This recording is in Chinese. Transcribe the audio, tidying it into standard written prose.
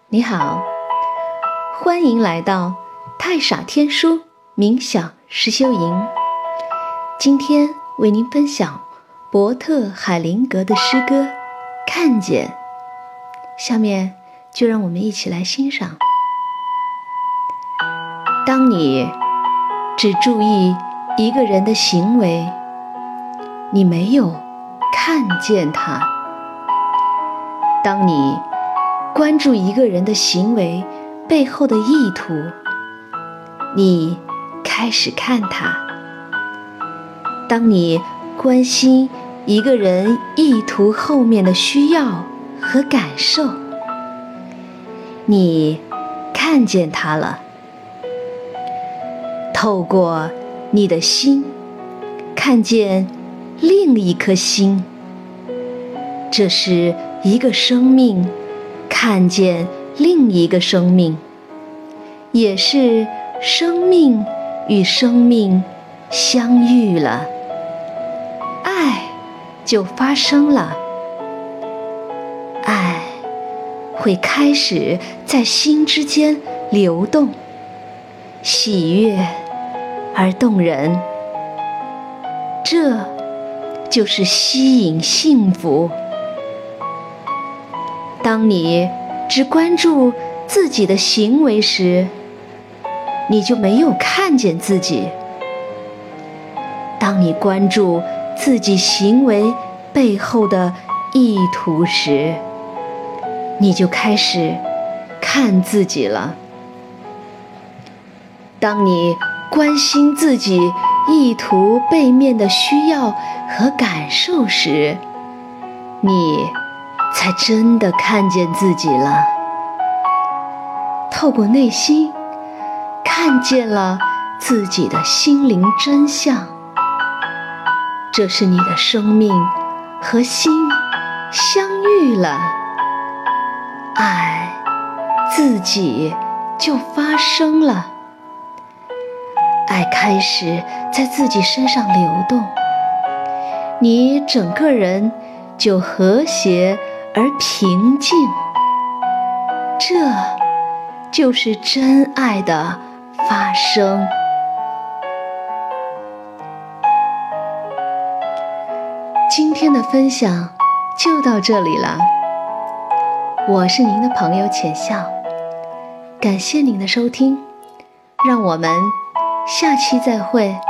你好，欢迎来到太傻天书冥想实修营。今天为您分享伯特海灵格的诗歌《看见》，下面就让我们一起来欣赏。当你只注意一个人的行为，你没有看见他；当你关注一个人的行为背后的意图，你开始看他；当你关心一个人意图后面的需要和感受，你看见他了。透过你的心，看见另一颗心，这是一个生命看见另一个生命，也是生命与生命相遇了，爱就发生了。爱会开始在心之间流动，喜悦而动人，这就是吸引幸福。当你只关注自己的行为时，你就没有看见自己；当你关注自己行为背后的意图时，你就开始看自己了；当你关心自己意图背面的需要和感受时，你才真的看见自己了。透过内心，看见了自己的心灵真相，这是你的生命和心相遇了，爱自己就发生了，爱开始在自己身上流动，你整个人就和谐而平静，这就是真爱的发生。今天的分享就到这里了，我是您的朋友浅笑，感谢您的收听，让我们下期再会。